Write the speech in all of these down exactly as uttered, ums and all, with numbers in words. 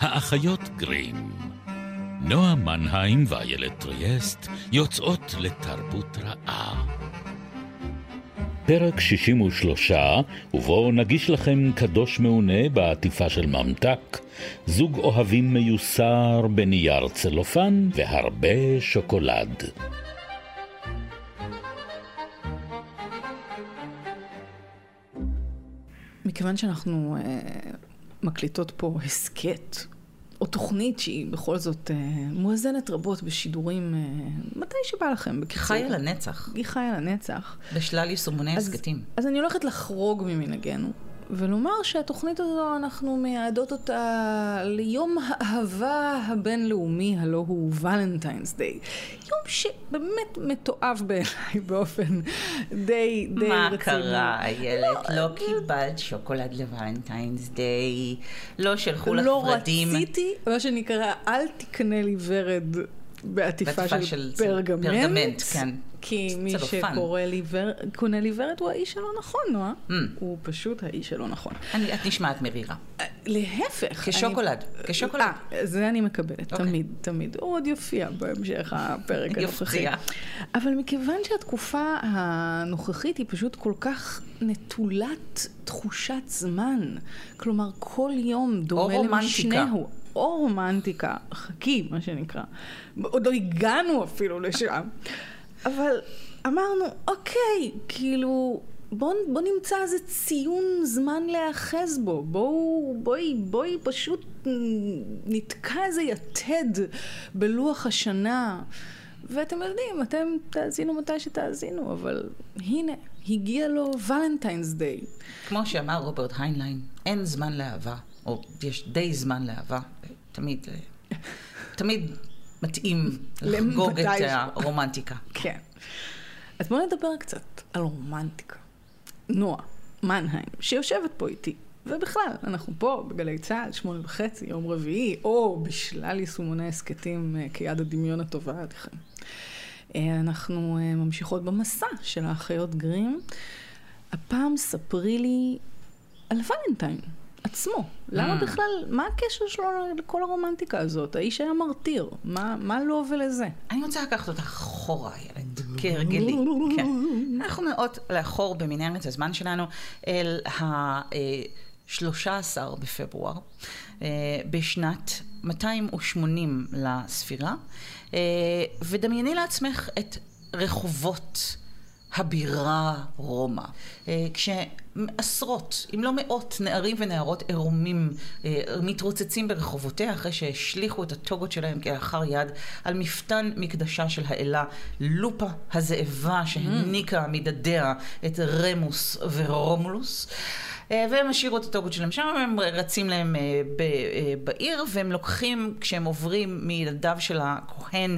האחיות גרים. נועה מנהיים ואיילת טריאסט יוצאות לתרבות רעה. פרק שישים ושלוש, ובו נגיש לכם קדוש מעונה בעטיפה של ממתק, זוג אוהבים מיוסר בנייר צלופן והרבה שוקולד. מכיוון שאנחנו אה, מקליטות פה הסקט, או תוכנית שהיא בכל זאת אה, מואזנת רבות בשידורים, אה, מתי שבא לכם, בקיצור. חיה לנצח. היא חיה לנצח. בשלל יישומוני הסקטים. אז אני הולכת לחרוג ממנהגנו, ולומר שהתוכנית הזו אנחנו מייעדות אותה ליום האהבה הבינלאומי, הלא הוא ולנטיינס דיי. יום שבאמת מתואב בעיניי באופן די, די מה רציני. קרה, איילת? לא, לא קיבלת שוקולד לוולנטיינס דיי, לא שלחו לך לא ורדים. לא רציתי, מה שנקרא, אל תקנה לי ורד בעטיפה של, של פרגמנט. פרגמנט, כן. כי מי שקורא לי ורד, קונה לי ורד הוא האיש הלא נכון, נועה. Mm. הוא פשוט האיש הלא נכון. אני, את נשמעת מרירה. להפך. כשוקולד, אני... כשוקולד. אה, זה אני מקבלת, okay. תמיד, תמיד. הוא עוד יופיע בהמשך הפרק הנוכחי. אבל מכיוון שהתקופה הנוכחית היא פשוט כל כך נטולת תחושת זמן, כלומר כל יום דומה למשנהו. או רומנטיקה, חכי, מה שנקרא. עוד לא הגענו אפילו לשם. אבל אמרנו, אוקיי, כאילו, בוא, בוא נמצא איזה ציון זמן להאחז בו. בואו, בואי, בואי פשוט נתקע איזה יתד בלוח השנה. ואתם יודעים, אתם תאזינו מתי שתאזינו, אבל הנה, הגיע לו ולנטיינס דיי. כמו שאמר רוברט היינליין, אין זמן לאהבה, או יש די זמן לאהבה. תמיד, תמיד מתאים לחגוג את הרומנטיקה. כן. אז בואו נדבר קצת על רומנטיקה. נועה מנהיים, שיושבת פה איתי, ובכלל, אנחנו פה בגלי צהל, שמונה וחצי, יום רביעי, או בשלל יישומוני הסקטים כיד הדמיון הטובה עליכם. אנחנו ממשיכות במסע של האחיות גרים. הפעם ספרי לי על ולנטיין עצמו. למה בכלל, מה הקשר שלו לכל הרומנטיקה הזאת? האיש היה מרתיר. מה, מה לא ולזה? אני רוצה לקחת אותך אחורה, ילד, כהרגלי. כן. אנחנו מאוד לאחור במנהרת הזמן שלנו אל ה-שלושה עשר בפברואר, בשנת מאתיים ושמונים לספירה, ודמייני לעצמך את רחובות הבירה רומא, כשעשרות, אם לא מאות, נערים ונערות עירומים מתרוצצים ברחובותיה אחרי שהשליחו את הטוגות שלהם כאחר יד על מפתן מקדשה של האלה לופה הזאבה שהניקה מדדיה את רמוס ורומולוס, והם השאירו את הטוגות שלהם שם, הם רצים להם בעיר, והם לוקחים, כשהם עוברים מידיו של הכהן,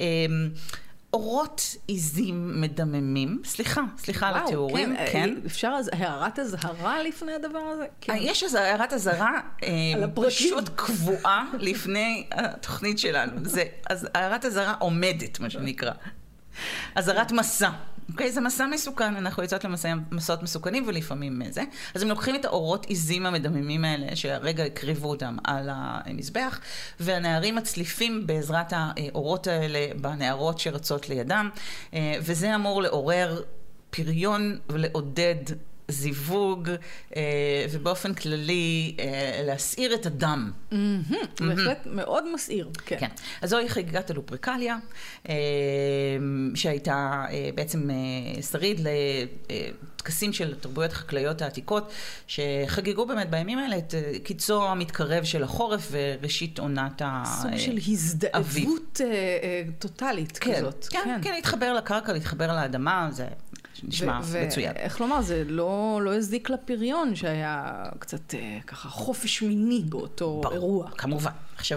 אורות עיזים מדממים. סליחה, סליחה על התיאורים. כן. אפשר אז הערת הזהרה לפני הדבר הזה? יש אז הערת הזהרה פשוט קבועה לפני התוכנית שלנו. אז הערת הזהרה עומדת, מה שנקרא. הזהרת מסע. אוקיי, זה מסע מסוכן, אנחנו יוצאות למסעות מסוכנים ולפעמים זה. אז הם לוקחים את האורות עיזים המדממים האלה, שהרגע הקריבו אותם על המזבח, והנערים מצליפים בעזרת האורות האלה בנערות שרצות לידם, וזה אמור לעורר פריון ולעודד זיווג, ובאופן כללי להסעיר את הדם. בהחלט מאוד מסעיר. כן. אז זוהי חגיגת הלופריקליה, שהייתה בעצם שריד לטקסים של תרבויות החקלאיות העתיקות, שחגגו באמת בימים האלה את קיצו המתקרב של החורף וראשית עונת האביב. סוג של הזדאבות טוטלית כזאת. כן, כן, להתחבר לקרקע, להתחבר לאדמה, זה נשמע מצוין. ואיך לומר, זה לא, לא הזיק לפריון שהיה קצת ככה חופש מיני באותו אירוע. כמובן. עכשיו,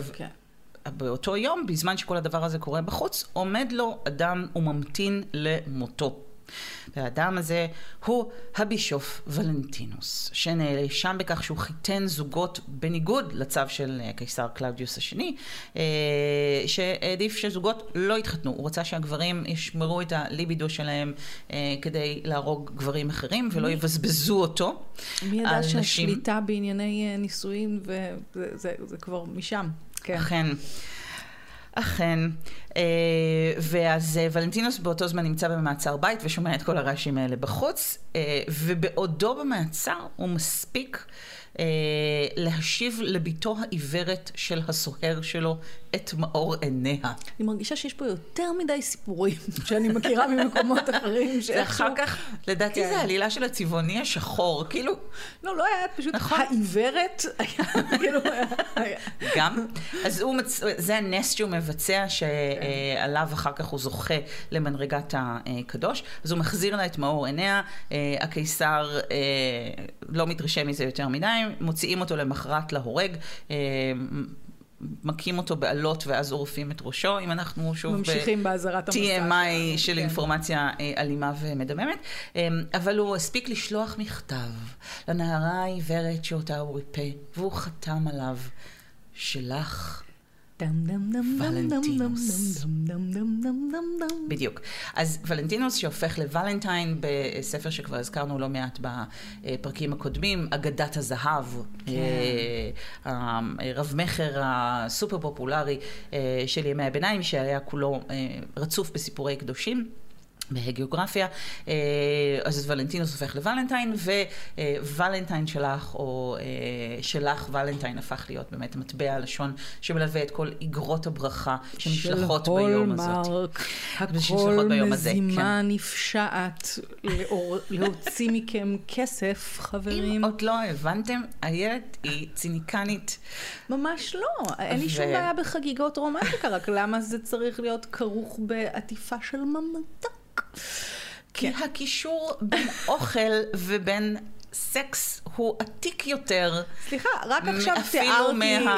באותו יום, בזמן שכל הדבר הזה קורה בחוץ, עומד לו אדם וממתין למותו. והאדם הזה הוא הבישוף ולנטינוס, שנאשם בכך שהוא חיתן זוגות בניגוד לצו של קיסר קלאודיוס השני, שהעדיף שזוגות לא יתחתנו. הוא רצה שהגברים ישמרו את הליבידו שלהם כדי להרוג גברים אחרים ולא יבזבזו אותו. מי ידע שהשליטה בענייני נישואין וזה זה כבר משם. אכן. אכן, ואז ולנטינוס באותו זמן נמצא במעצר בית ושומע את כל הרעשים האלה בחוץ, ובעודו במעצר הוא מספיק להשיב לביתו העיוורת של הסוהר שלו את מאור עיניה. אני מרגישה שיש פה יותר מדי סיפורים שאני מכירה ממקומות אחרים. ואחר כך, לדעתי זה העלילה של הצבעוני השחור, כאילו... לא, לא היה פשוט העיוורת. גם. אז זה הנס שהוא מבצע, שעליו אחר כך הוא זוכה למנרגת הקדוש. אז הוא מחזיר לה את מאור עיניה. הקיסר לא מתרשם מזה יותר מדי. מוציאים אותו למחרת להורג, מקים אותו בעלות ואז עורפים את ראשו, אם אנחנו שוב ממשיכים בעזרת המסע. טי אם איי של אינפורמציה אלימה ומדממת, אבל הוא הספיק לשלוח מכתב לנערה העיוורת שאותה הוא ריפא, והוא חתם עליו, שלח ולנטינוס. בדיוק. אז ולנטינוס שהופך לוולנטיין בספר שכבר הזכרנו לא מעט בפרקים הקודמים, אגדת הזהב, רב מחר הסופר פופולרי של ימי הביניים, שהיה כולו רצוף בסיפורי קדושים. בהגיאוגרפיה, אז ולנטינוס הופך לוולנטיין, וולנטיין שלח, או שלח ולנטיין הפך להיות באמת מטבע הלשון שמלווה את כל איגרות הברכה שנשלחות ביום הזאת. הכל מזימה נפשעת להוציא מכם כסף, חברים. אם עוד לא הבנתם, הילד היא ציניקנית. ממש לא. אין לי שום בעיה בחגיגות רומנטיקה, רק למה זה צריך להיות כרוך בעטיפה של ממתק? כי הקישור בין אוכל ובין סקס הוא עתיק יותר. סליחה, רק עכשיו תיארתי... אפילו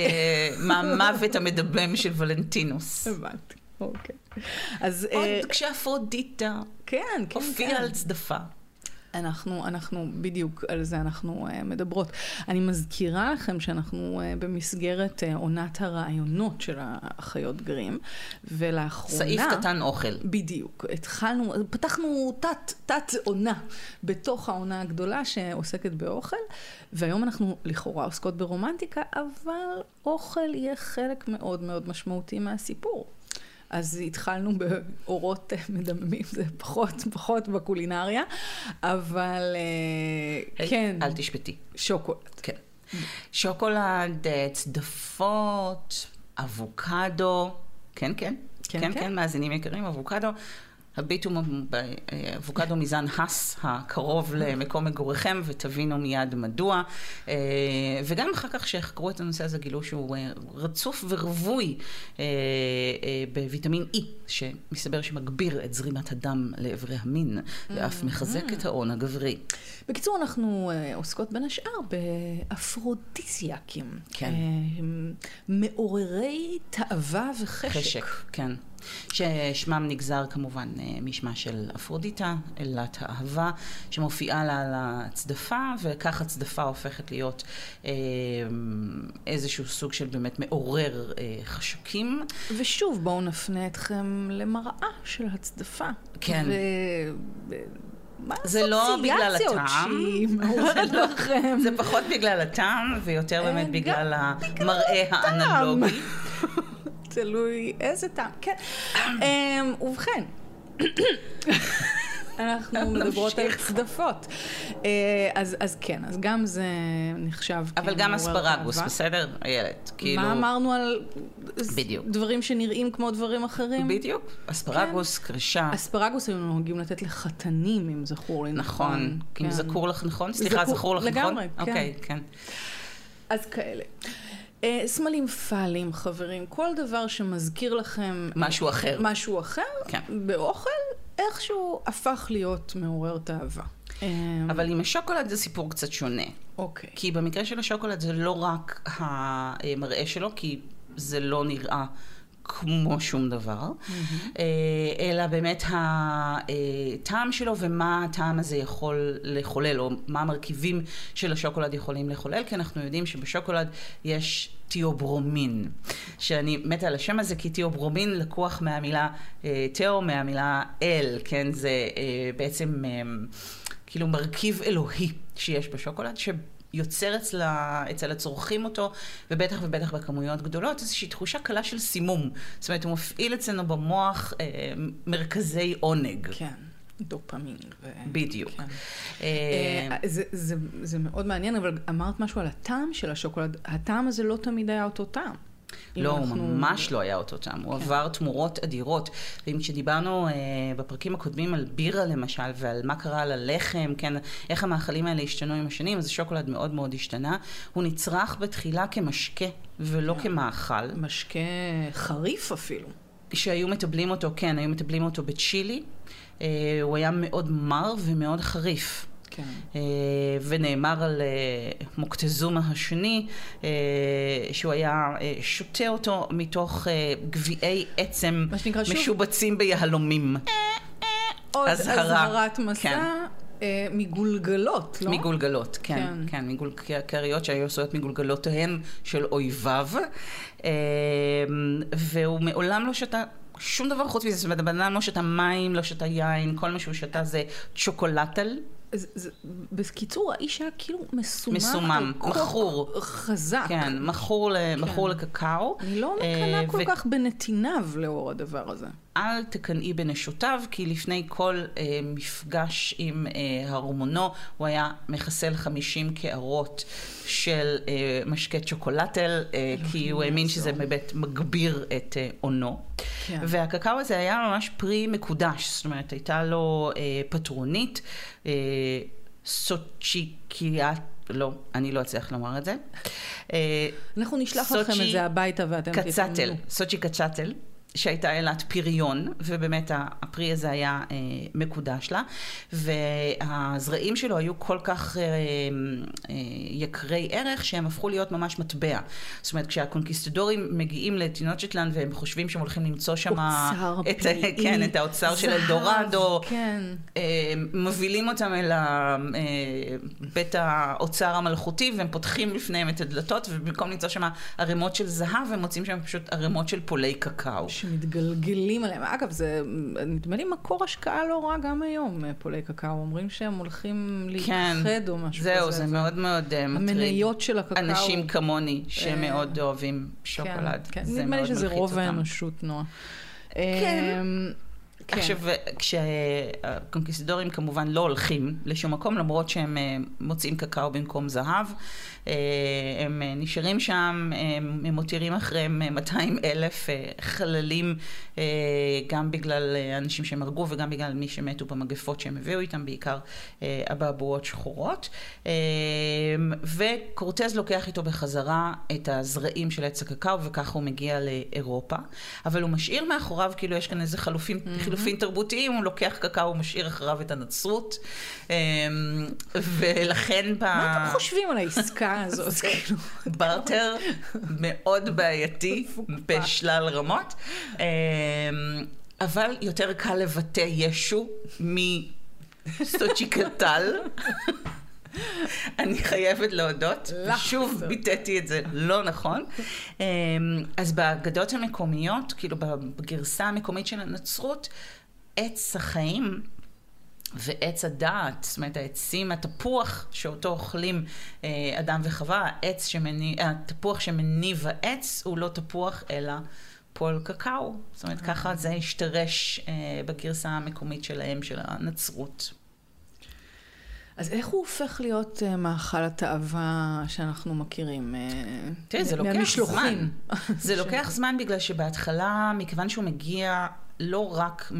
מהמוות המדבם של ולנטינוס. הבנתי, אוקיי. עוד כשאפרודיטה הופיעה על צדפה. אנחנו, אנחנו, בדיוק על זה אנחנו uh, מדברות. אני מזכירה לכם שאנחנו uh, במסגרת uh, עונת הרעיונות של החיות גרים, ולאחרונה... סעיף קטן אוכל. בדיוק. התחלנו, פתחנו תת, תת עונה בתוך העונה הגדולה שעוסקת באוכל, והיום אנחנו לכאורה עוסקות ברומנטיקה, אבל אוכל יהיה חלק מאוד מאוד משמעותי מהסיפור. אז התחלנו באורות מדממים, זה פחות, פחות בקולינריה, אבל hey, כן. אל תשפטי. שוקולד. כן. שוקולד, צדפות, אבוקדו, כן, כן. כן, כן, כן, מאזינים יקרים, אבוקדו. הביטו באבוקדו מזן הס הקרוב למקום מגוריכם ותבינו מיד מדוע. וגם אחר כך שהחקרו את הנושא הזה גילו שהוא רצוף ורווי בוויטמין E, שמסתבר שמגביר את זרימת הדם לעברי המין ואף מחזק את ההון הגברי. בקיצור, אנחנו עוסקות בין השאר באפרודיסיאקים. כן. מעוררי תאווה וחשק. חשק, כן. ששמם נגזר כמובן משמה של אפרודיטה, אלת האהבה, שמופיעה לה על הצדפה, וכך הצדפה הופכת להיות אה, איזשהו סוג של באמת מעורר אה, חשקים. ושוב, בואו נפנה אתכם למראה של הצדפה. כן. ו... זה לא בגלל הטעם, זה פחות בגלל הטעם, ויותר באמת בגלל המראה האנלוגי. תלוי איזה טעם, כן. ובכן, אנחנו מדברות על צדפות. אז כן, אז גם זה נחשב... אבל גם אספרגוס, בסדר, איילת? מה אמרנו על דברים שנראים כמו דברים אחרים? בדיוק, אספרגוס, קרישה. אספרגוס היו נוהגים לתת לחתנים, אם זכור לי נכון. נכון, אם זכור לך נכון? סליחה, זכור לך נכון? לגמרי, כן. אוקיי, כן. אז כאלה. סמלים פאלים, חברים, כל דבר שמזכיר לכם... משהו אחר. משהו אחר, כן. באוכל, איכשהו הפך להיות מעורר תאווה. אבל עם השוקולד זה סיפור קצת שונה. אוקיי. כי במקרה של השוקולד זה לא רק המראה שלו, כי זה לא נראה כמו שום דבר, אלא באמת הטעם שלו ומה הטעם הזה יכול לחולל, או מה המרכיבים של השוקולד יכולים לחולל, כי אנחנו יודעים שבשוקולד יש תיאוברומין, שאני מתה על השם הזה, כי תיאוברומין לקוח מהמילה תיאו, מהמילה אל, כן? זה בעצם כאילו מרכיב אלוהי שיש בשוקולד, ש... יוצר אצל, אצל הצורכים אותו, ובטח ובטח בכמויות גדולות, איזושהי תחושה קלה של סימום. זאת אומרת, הוא מפעיל אצלנו במוח אה, מרכזי עונג. כן, דופמין. ו... בדיוק. כן. אה, אה, זה, זה, זה מאוד מעניין, אבל אמרת משהו על הטעם של השוקולד. הטעם הזה לא תמיד היה אותו טעם. לא, אנחנו... הוא ממש לא היה אותו טעם. כן. הוא עבר תמורות אדירות. ואם כשדיברנו אה, בפרקים הקודמים על בירה למשל, ועל מה קרה על הלחם, כן, איך המאכלים האלה השתנו עם השנים, אז השוקולד מאוד מאוד השתנה. הוא נצרך בתחילה כמשקה, ולא כן. כמאכל. משקה חריף אפילו. שהיו מטבלים אותו, כן, היו מטבלים אותו בצ'ילי. אה, הוא היה מאוד מר ומאוד חריף. כן. ונאמר על מוקטזומה השני, שהוא היה שותה אותו מתוך גביעי עצם משובצים ביהלומים. עוד הזהרת מסע מגולגלות, לא? מגולגלות, כן, כן, קריות שהיו עשויות מגולגלותיהן של אויביו, והוא מעולם לא שתה שום דבר חוץ מזה, זאת אומרת, הבנן לא שתה מים, לא שתה יין, כל מה שהוא שתה זה צ'וקולטל. בקיצור, האיש היה כאילו מסומם, מסומם, מחור, חזק. כן, מחור, כן. מחור לקקאו. אני לא מקנה כל ו... כך בנתיניו לאור הדבר הזה. אל תקנאי בנשותיו, כי לפני כל אה, מפגש עם אה, הרמונו, הוא היה מחסל חמישים קערות של אה, משקה צ'וקולטל, אה, כי הוא האמין שזה באמת מגביר את אה, עונו. כן. והקקאו הזה היה ממש פרי מקודש, זאת אומרת, הייתה לו אה, פטרונית, אה, סוצ'יקיאט, לא, אני לא אצליח לומר את זה. אה, אנחנו נשלח לכם את זה הביתה ואתם תתאמנו. סוצ'י קצ'טל. שהייתה אלת פריון, ובאמת הפרי הזה היה אה, מקודש לה, והזרעים שלו היו כל כך אה, אה, יקרי ערך, שהם הפכו להיות ממש מטבע. זאת אומרת, כשהקונקיסטדורים מגיעים לטינוצ'טלנד, והם חושבים שהם הולכים למצוא שם את, כן, את האוצר של אלדורדו, כן. אה, מובילים אותם אל ה, אה, בית האוצר המלכותי, והם פותחים לפניהם את הדלתות, ובמקום למצוא שם ערימות של זהב, הם מוצאים שם פשוט ערימות של פולי קקאו. שמתגלגלים עליהם. אגב, זה נדמה לי מקור השקעה לא רע גם היום, פולי קקאו. אומרים שהם הולכים להתאחד או משהו כזה. זהו, זה מאוד מאוד מטריד. המניות של הקקאו. אנשים כמוני שמאוד אוהבים שוקולד. כן, נדמה לי שזה רוב האנושות, נועה. כן. עכשיו, כשהקונקיסטדורים כמובן לא הולכים לשום מקום, למרות שהם מוצאים קקאו במקום זהב, הם נשארים שם, הם מותירים אחריהם מאתיים אלף חללים, גם בגלל אנשים שהם הרגו וגם בגלל מי שמתו במגפות שהם הביאו איתם, בעיקר אבעבועות שחורות. וקורטז לוקח איתו בחזרה את הזרעים של עץ הקקאו, וכך הוא מגיע לאירופה, אבל הוא משאיר מאחוריו, כאילו יש כאן איזה חלופים, חילופין תרבותיים, הוא לוקח קקאו, הוא משאיר אחריו את הנצרות, ולכן... מה אתם חושבים על העסקה הזאת? ברטר מאוד בעייתי בשלל רמות, אבל יותר קל לבטא ישו מסוצ'יקטל. אני חייבת להודות, שוב ביטאתי את זה לא נכון. אז בגדות המקומיות, כאילו בגרסה המקומית של הנצרות, עץ החיים ועץ הדעת, זאת אומרת העצים, התפוח שאותו אוכלים אדם וחווה, העץ שמניב, התפוח שמניב העץ הוא לא תפוח אלא פול קקאו. זאת אומרת ככה זה השתרש בגרסה המקומית שלהם, של הנצרות. אז איך הוא הופך להיות מאכל התאווה שאנחנו מכירים? תראה, זה לוקח זמן. זה לוקח זמן בגלל שבהתחלה, מכיוון שהוא מגיע לא רק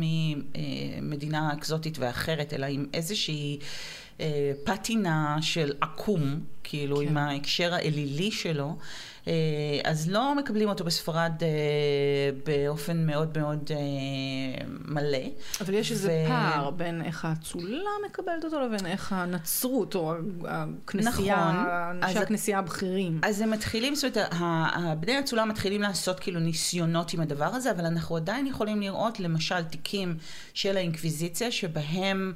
ממדינה אקזוטית ואחרת, אלא עם איזושהי פטינה של עקום, כאילו עם ההקשר האלילי שלו, אז לא מקבלים אותו בספרד באופן מאוד מאוד מלא. אבל יש איזה פער בין איך האצולה מקבלת אותו לבין איך הנצרות או הכנסייה, אנשי הכנסייה הבכירים. אז הם מתחילים, זאת אומרת, בני האצולה מתחילים לעשות כאילו ניסיונות עם הדבר הזה, אבל אנחנו עדיין יכולים לראות למשל תיקים של האינקוויזיציה שבהם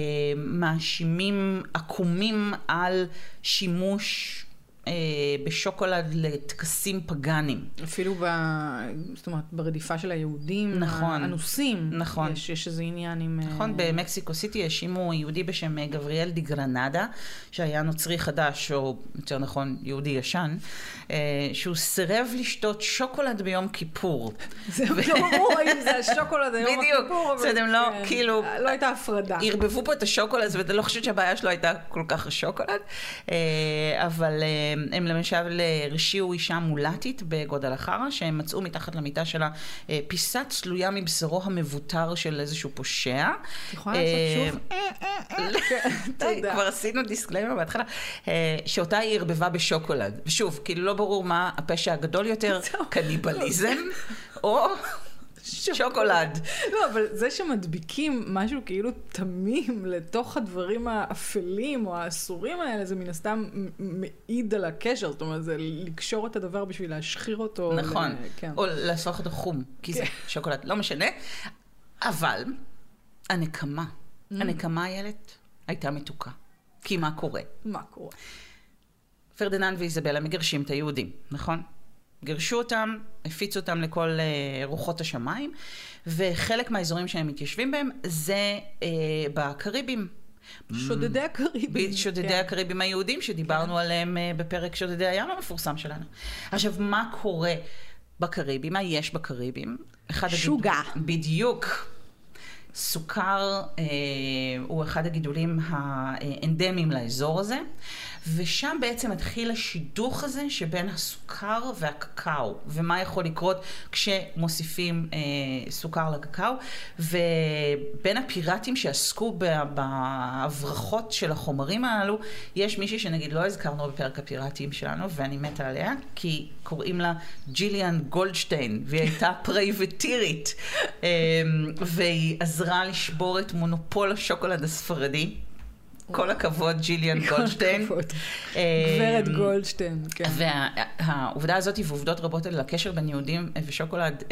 מאשימים עקומים על שימוש בשוקולד לטקסים פגאנים. אפילו ב, זאת אומרת, ברדיפה של היהודים, נכון, האנוסים, נכון. יש, יש איזה עניין עם... נכון, במקסיקו סיטי האשימו יהודי בשם גבריאל די גרנדה, שהיה נוצרי חדש, או יותר נכון, יהודי ישן, שהוא סירב לשתות שוקולד ביום כיפור. זה לא ברור אם זה השוקולד היום הכיפור, אבל זה לא, כאילו... לא הייתה הפרדה. הרבבו פה את השוקולד, ואתה לא חושבת שהבעיה שלו הייתה כל כך השוקולד, אבל... הם למשל הרשיעו אישה מולטית בגואדלחרה, שהם מצאו מתחת למיטה שלה פיסה צלויה מבשרו המבוטר של איזשהו פושע. את יכולה לעשות שוב? תודה. כבר עשינו דיסקליימר בהתחלה, שאותה היא הרבבה בשוקולד. ושוב, כאילו לא ברור מה הפשע הגדול יותר, קניבליזם, או... שוקולד. לא, אבל זה שמדביקים משהו כאילו תמים לתוך הדברים האפלים או האסורים האלה, זה מן הסתם מעיד על הקשר, זאת אומרת, זה לקשור את הדבר בשביל להשחיר אותו. נכון, או להפוך אותו חום, כי זה שוקולד, לא משנה. אבל הנקמה, הנקמה הילד הייתה מתוקה. כי מה קורה? מה קורה? פרדיננד ואיזבלה מגרשים את היהודים, נכון? גרשו אותם, הפיצו אותם לכל uh, רוחות השמיים, וחלק מהאזורים שהם מתיישבים בהם זה uh, בקריבים. שודדי הקריבים. שודדי כן. הקריבים היהודים שדיברנו כן. עליהם uh, בפרק שודדי הים המפורסם שלנו. עכשיו, מה קורה בקריבים? מה יש בקריבים? שוגה. הגיד... בדיוק. סוכר אה, הוא אחד הגידולים האנדמיים לאזור הזה, ושם בעצם מתחיל השידוך הזה שבין הסוכר והקקאו, ומה יכול לקרות כשמוסיפים אה, סוכר לקקאו, ובין הפיראטים שעסקו בהברחות של החומרים הללו, יש מישהי שנגיד לא הזכרנו בפרק הפיראטים שלנו, ואני מתה עליה, כי קוראים לה ג'יליאן גולדשטיין, והיא הייתה פרייבטירית, אה, והיא עזרה לשבור את מונופול השוקולד הספרדי. כל הכבוד, ג'יליאן גולדשטיין. גברת גולדשטיין, כן. והעובדה הזאת ועובדות רבות על הקשר בין יהודים ושוקולד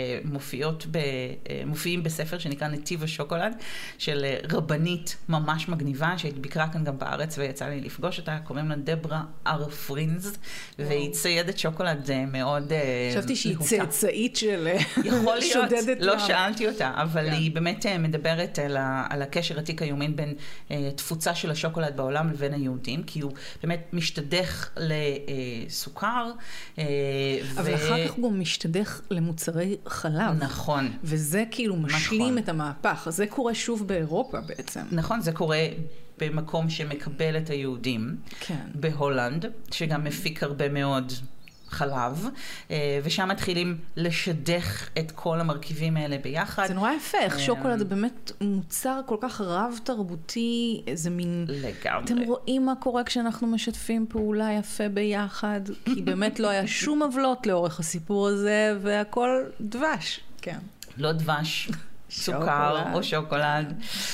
מופיעים בספר שנקרא נתיב השוקולד, של רבנית ממש מגניבה, שהתביקרה כאן גם בארץ ויצא לי לפגוש אותה, קוראים לה דברה אר פרינז, והיא ציידת שוקולד מאוד... חשבתי שהיא צאצאית של שודדת ים. יכול להיות, לא שאלתי אותה, אבל היא באמת מדברת על הקשר עתיק היומין בין תפוצה של השוקולד בעולם לבין היהודים, כי הוא באמת משתדך לסוכר. אבל ו... אחר כך הוא גם משתדך למוצרי חלב. נכון. וזה כאילו משלים נכון. את המהפך. זה קורה שוב באירופה בעצם. נכון, זה קורה במקום שמקבל את היהודים. כן. בהולנד, שגם מפיק הרבה מאוד חלב, ושם מתחילים לשדך את כל המרכיבים האלה ביחד. זה נורא יפה, איך שוקולד זה באמת מוצר כל כך רב תרבותי, איזה מין... לגמרי. אתם רואים מה קורה כשאנחנו משתפים פעולה יפה ביחד, כי באמת לא היה שום עוולות לאורך הסיפור הזה, והכל דבש. כן. לא דבש, סוכר או שוקולד.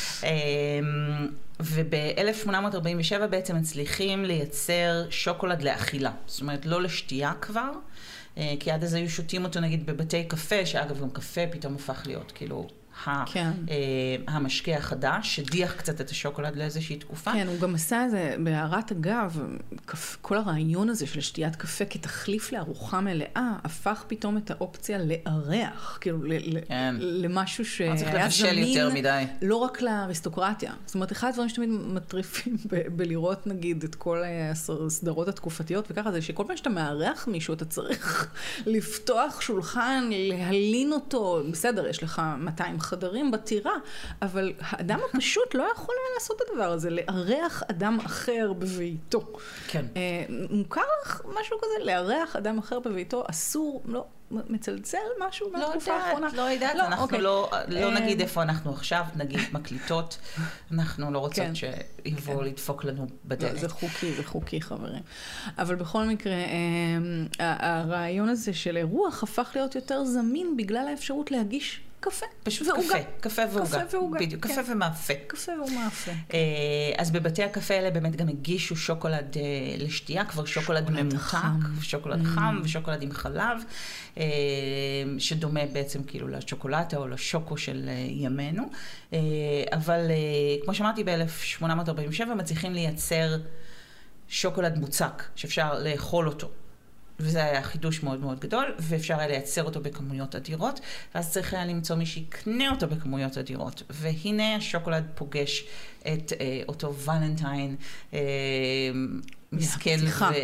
וב-אלף שמונה מאות ארבעים ושבע בעצם מצליחים לייצר שוקולד לאכילה. זאת אומרת, לא לשתייה כבר, כי עד אז היו שותים אותו נגיד בבתי קפה, שאגב גם קפה פתאום הפך להיות כאילו כן. המשקה החדש, שדיח קצת את השוקולד לאיזושהי תקופה. כן, הוא גם עשה את זה בהערת אגב, כל הרעיון הזה של שתיית קפה כתחליף לארוחה מלאה, הפך פתאום את האופציה לארח, כאילו כן. למשהו שהיה זמין, לא רק לאריסטוקרטיה. זאת אומרת, אחד הדברים שתמיד מטריפים ב- בלראות נגיד את כל הסדרות התקופתיות וככה, זה שכל פעם שאתה מארח מישהו, אתה צריך לפתוח שולחן, להלין אותו, בסדר, יש לך מאתיים בחדרים, בטירה, אבל האדם הפשוט לא יכול לעשות את הדבר הזה, לארח אדם אחר בביתו. כן. מוכר לך משהו כזה? לארח אדם אחר בביתו אסור, לא... מצלצל משהו מהתקופה האחרונה? לא יודעת, לא, אנחנו אוקיי. לא, לא נגיד איפה אנחנו עכשיו, נגיד מקליטות, אנחנו לא רוצות כן. שיבואו כן. לדפוק לנו בדלת. לא, זה חוקי, זה חוקי חברים. אבל בכל מקרה, הרעיון הזה של אירוח הפך להיות יותר זמין בגלל האפשרות להגיש קפה. פשוט קפה, קפה ועוגה. בדיוק, קפה ומאפה. קפה ומאפה. אז בבתי הקפה האלה באמת גם הגישו שוקולד לשתייה, כבר שוקולד ממותק, שוקולד חם ושוקולד עם חלב, שדומה בעצם כאילו לשוקולטה או לשוקו של ימינו. אבל כמו שאמרתי, ב-אלף שמונה מאות ארבעים ושבע מצליחים לייצר שוקולד מוצק, שאפשר לאכול אותו. וזה היה חידוש מאוד מאוד גדול, ואפשר היה לייצר אותו בכמויות אדירות, ואז צריך היה למצוא מי שיקנה אותו בכמויות אדירות. והנה השוקולד פוגש את אה, אותו ולנטיין, אה, מסכן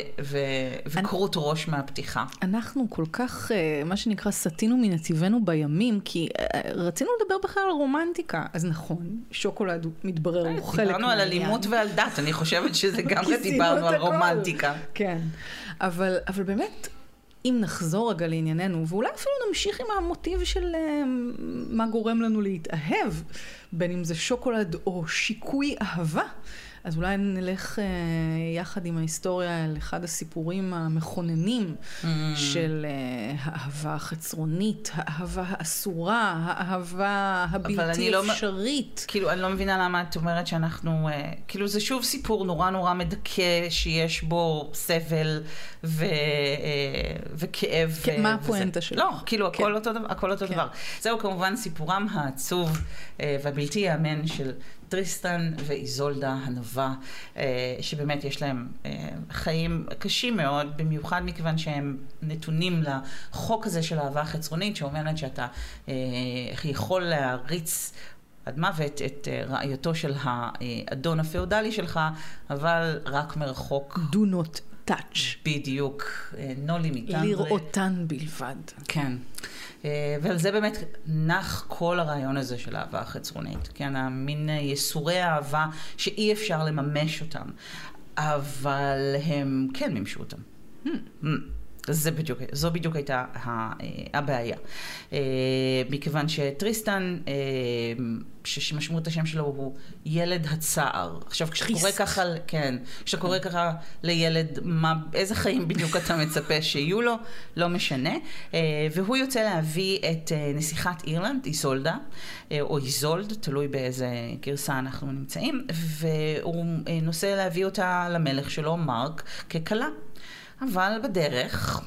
וקרות ראש מהפתיחה. אנחנו כל כך, מה שנקרא, סטינו מנתיבנו בימים, כי רצינו לדבר בכלל על רומנטיקה. אז נכון, שוקולד מתברר הוא חלק מהעניין. דיברנו על אלימות ועל דת, אני חושבת שזה גם דיברנו על רומנטיקה. כן, אבל באמת, אם נחזור רגע לענייננו, ואולי אפילו נמשיך עם המוטיב של מה גורם לנו להתאהב, בין אם זה שוקולד או שיקוי אהבה, אז אולי נלך uh, יחד עם ההיסטוריה על אחד הסיפורים המכוננים mm. של uh, האהבה החצרונית, האהבה האסורה, האהבה הבלתי אפשרית. לא, כאילו, אני לא מבינה למה את אומרת שאנחנו, uh, כאילו זה שוב סיפור נורא נורא מדכא, שיש בו סבל ו, uh, וכאב. כן, מה הפואנטה שלו? לא, כאילו, כן. הכל אותו דבר. הכל אותו כן. דבר. זהו כמובן סיפורם העצוב uh, והבלתי יאמן של טריסטן ואיזולדה הנבה, שבאמת יש להם חיים קשים מאוד, במיוחד מכיוון שהם נתונים לחוק הזה של אהבה חצרונית, שאומרת שאתה יכול להריץ עד מוות את רעייתו של האדון הפאודלי שלך, אבל רק מרחוק. Do not touch. בדיוק. נולי מיטנדרי. לראותן בלבד. כן. ועל זה באמת נח כל הרעיון הזה של אהבה חצרונית. כן, המין יסורי האהבה שאי אפשר לממש אותם, אבל הם כן מימשו אותם. Hmm. זה בדיוק, זו בדיוק הייתה הבעיה. מכיוון שטריסטן, שמשמעות השם שלו הוא ילד הצער. עכשיו, כשקורא ככה, כן, כשקורא ככה לילד, מה, איזה חיים בדיוק אתה מצפה שיהיו לו, לא משנה. והוא יוצא להביא את נסיכת אירלנד, איזולדה, או איזולד, תלוי באיזה גרסה אנחנו נמצאים, והוא נוסע להביא אותה למלך שלו, מרק, ככלה. אבל בדרך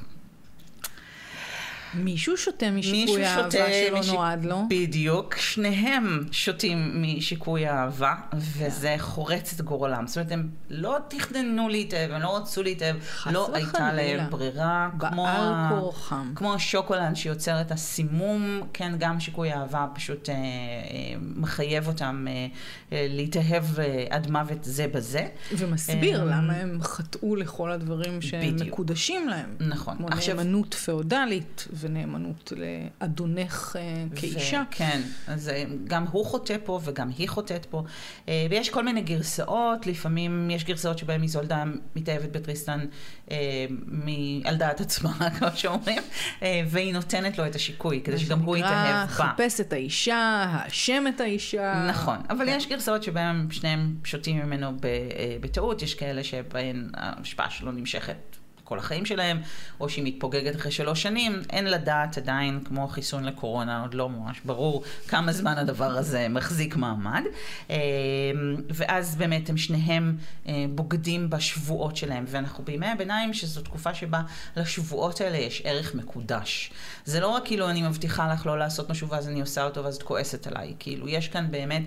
מישהו שותה משיקוי האהבה שלא משיק... נועד לו. בדיוק, שניהם שותים משיקוי האהבה, וזה חורץ את גורלם. זאת אומרת, הם לא תכננו להתאהב, הם לא רצו להתאהב, לא הייתה להם ברירה. כמו, כורחם. כמו השוקולד שיוצר את הסימום, כן, גם שיקוי האהבה פשוט אה, אה, מחייב אותם אה, אה, להתאהב אה, עד מוות זה בזה. ומסביר אה, למה הם חטאו לכל הדברים שהם בדיוק. מקודשים להם. נכון. כמו עכשיו, נאמנות פאודלית. ונאמנות לאדונך כאישה. כן, אז גם הוא חוטא פה וגם היא חוטאת פה. ויש כל מיני גרסאות, לפעמים יש גרסאות שבהן איזולדה מתאהבת בטריסטן על דעת עצמה, כמו שאומרים, והיא נותנת לו את השיקוי, כדי שגם הוא יתאהב בה. חפש את האישה, האשם את האישה. נכון, אבל יש גרסאות שבהן שניהם שותים ממנו בטעות, יש כאלה שבהן ההשפעה שלו נמשכת כל החיים שלהם, או שהיא מתפוגגת אחרי שלוש שנים, אין לדעת עדיין, כמו חיסון לקורונה, עוד לא ממש ברור כמה זמן הדבר הזה מחזיק מעמד. ואז באמת הם שניהם בוגדים בשבועות שלהם, ואנחנו בימי הביניים שזו תקופה שבה לשבועות האלה יש ערך מקודש. זה לא רק כאילו אני מבטיחה לך לא לעשות משהו ואז אני עושה אותו ואז את כועסת עליי. כאילו יש כאן באמת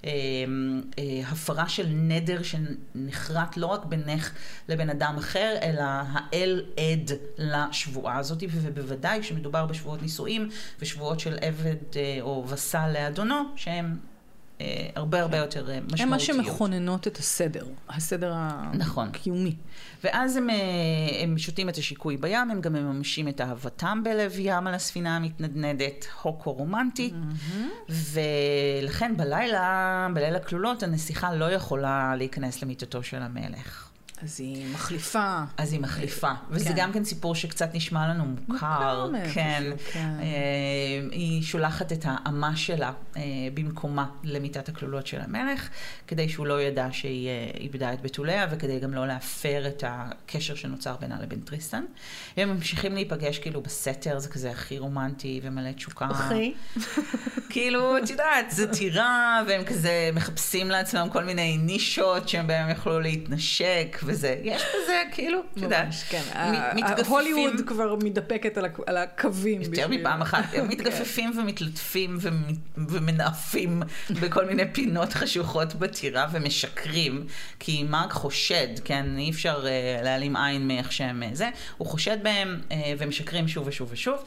הפרה של נדר שנחרט לא רק בינך לבן אדם אחר, אלא האל עד לשבועה הזאת, ובוודאי שמדובר בשבועות נישואים ושבועות של עבד או וסל לאדונו, שהם הרבה הרבה יותר משמעותיות. הם מה שמכוננות את הסדר, הסדר נכון. הקיומי. ואז הם, הם שותים את השיקוי בים, הם גם מממשים את אהבתם בלב ים על הספינה המתנדנדת, הוקו רומנטי, mm-hmm. ולכן בלילה, בלילה כלולות, הנסיכה לא יכולה להיכנס למיטתו של המלך. אז היא מחליפה. אז היא מחליפה. וזה גם כן סיפור שקצת נשמע לנו מוכר. כן. היא שולחת את האמה שלה במקומה למיטת הכלולות של המלך, כדי שהוא לא ידע שהיא איבדה את בתוליה, וכדי גם לא להפר את הקשר שנוצר בינה לבין טריסטן. הם ממשיכים להיפגש כאילו בסתר, זה כזה הכי רומנטי ומלא תשוקה. הכי. כאילו, את יודעת, זה טירה, והם כזה מחפשים לעצמם כל מיני נישות שהם בהם יכולו להתנשק. וזה, יש בזה, כאילו, אתה יודע, מתגפפים. הוליווד כבר מתדפקת על הקווים. יותר מפעם אחת. הם מתגפפים ומתלטפים ומנאפים בכל מיני פינות חשוכות בטירה ומשקרים, כי מרק חושד, כן, אי אפשר להעלים עין מאיך שהם זה, הוא חושד בהם ומשקרים שוב ושוב ושוב,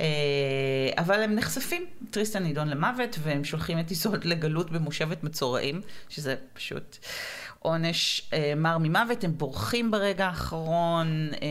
אבל הם נחשפים. טריסטן נידון למוות, והם שולחים את איזולד לגלות במושבת מצורעים, שזה פשוט עונש אה, מר ממוות, הם בורחים ברגע האחרון, אה,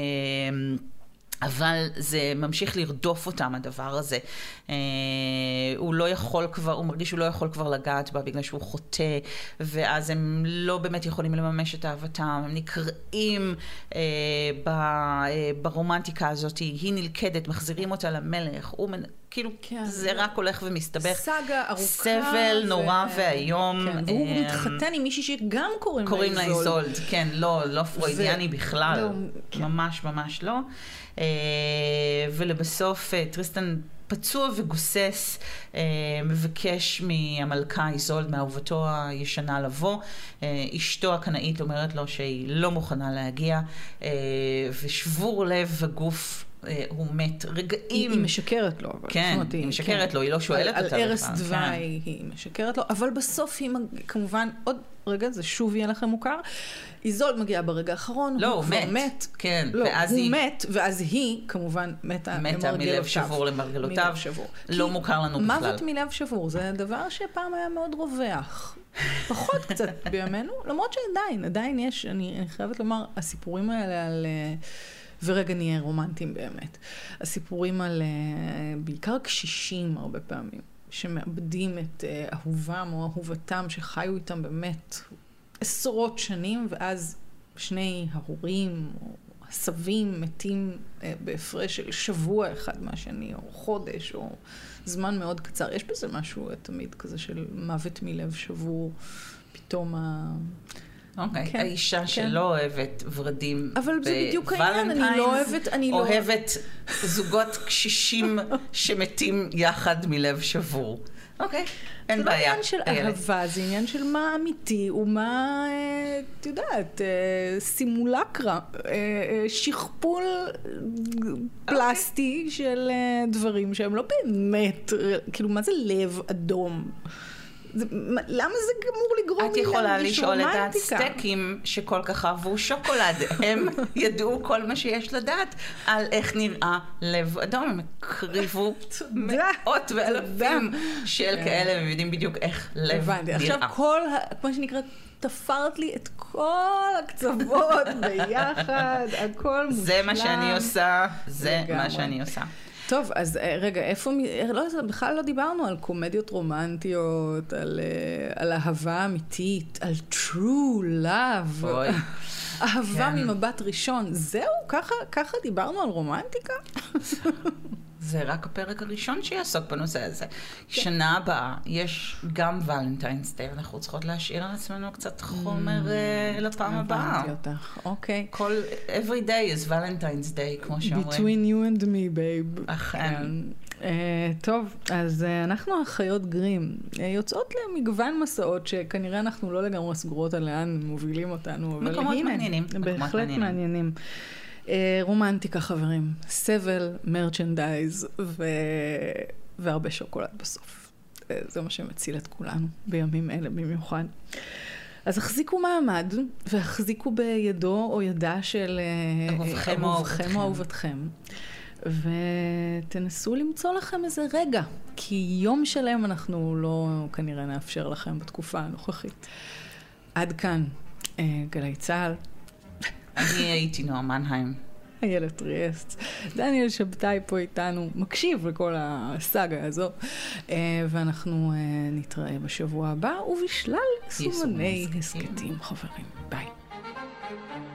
אבל זה ממשיך לרדוף אותם, הדבר הזה. אה, הוא לא יכול כבר, הוא מרגיש שהוא לא יכול כבר לגעת בה, בגלל שהוא חוטא, ואז הם לא באמת יכולים לממש את אהבתם, הם נקראים אה, ב, אה, ברומנטיקה הזאת, היא נלכדת, מחזירים אותה למלך, הוא מנ... כאילו, כן, זה רק הולך ומסתבך. סגה ארוכה. סבל ו... נורא והיום. כן, והוא אה... מתחתן עם מישהי שגם קוראים, קוראים לה איזולד. כן, לא, לא פרוידיאני ו... בכלל. לא, כן. ממש, ממש לא. אה, ולבסוף, טריסטן פצוע וגוסס, אה, מבקש מהמלכה איזולד, מאהובתו הישנה לבוא. אה, אשתו הקנאית אומרת לו שהיא לא מוכנה להגיע, אה, ושבור לב הגוף, הוא מת. רגעים... היא משקרת לו. כן, היא משקרת לו, היא לא שואלת אותה. על ערש דווי היא משקרת לו, אבל בסוף היא, כמובן, עוד רגע, זה שוב יהיה לכם מוכר, איזולד מגיעה ברגע האחרון, לא, הוא מת. כן, ואז הוא היא... מת, ואז היא, כמובן, מתה מלב שבור למרגלותיו. לא מוכר לנו בכלל. מוות מלב שבור, זה דבר שפעם היה מאוד רווח. פחות קצת בימינו, למרות שעדיין, עדיין יש, אני חייבת לומר, הסיפורים האלה על... ורגע נהיה רומנטיים באמת. הסיפורים על בעיקר קשישים הרבה פעמים, שמאבדים את אהובם או אהובתם, שחיו איתם באמת עשרות שנים, ואז שני ההורים או הסבים מתים בהפרש של שבוע אחד מהשני, או חודש, או זמן מאוד קצר. יש בזה משהו תמיד כזה של מוות מלב שבור, פתאום ה... אוקיי, okay. האישה כן. שלא אוהבת ורדים אבל זה בדיוק העניין, אני לא אוהבת, אני לא אוהבת זוגות קשישים שמתים יחד מלב שבור. אוקיי, אין בעיה. זה עניין של אהבה, זה עניין של מה אמיתי ומה, את יודעת, סימולקרה, שכפול פלסטי של דברים שהם לא באמת, כאילו מה זה לב אדום? זה, למה זה גמור לגרום את יכולה לשאול את הסטייקים שכל כך אהבו שוקולד. הם ידעו כל מה שיש לדעת על איך נראה לב אדום. הם הקריבו מאות ואלפים של כאלה, הם יודעים בדיוק איך לב נראה. עכשיו כל, כמו שנקרא, תפרת לי את כל הקצוות ביחד, הכל מושלם. זה מה שאני עושה, זה מה שאני עושה. טוב, אז רגע, איפה, לא, בכלל לא דיברנו על קומדיות רומנטיות, על, על אהבה אמיתית, על true love. אוי. אהבה כן. ממבט ראשון. זהו? ככה, ככה דיברנו על רומנטיקה? זה רק הפרק הראשון שיעסוק בנושא הזה. כן. שנה הבאה יש גם ולנטיינס דיי, אנחנו צריכות להשאיר על עצמנו קצת חומר mm, לפעם הבאה. הבנתי אותך, אוקיי. כל, every day is Valentine's Day, כמו שאומרים. Between you and me, babe. אכן. Uh, טוב, אז uh, אנחנו החיות גרים, uh, יוצאות למגוון מסעות שכנראה אנחנו לא לגמרי סגורות על לאן מובילים אותנו, אבל מקומות הנה, מעניינים. בהחלט מעניינים. מעניינים. Uh, רומנטיקה חברים, סבל, מרצ'נדייז ו... והרבה שוקולד בסוף. Uh, זה מה שמציל את כולנו בימים אלה במיוחד. אז החזיקו מעמד והחזיקו בידו או ידה של אהובכם או אהובכם. ותנסו למצוא לכם איזה רגע, כי יום שלם אנחנו לא כנראה נאפשר לכם בתקופה הנוכחית. עד כאן, גלי צהל. אני הייתי נועה מנהיים. איילת ריאסט. דניאל שבתאי פה איתנו, מקשיב לכל הסאגה הזו, ואנחנו נתראה בשבוע הבא, ובשלל יישומוני הסקטים, חברים. ביי.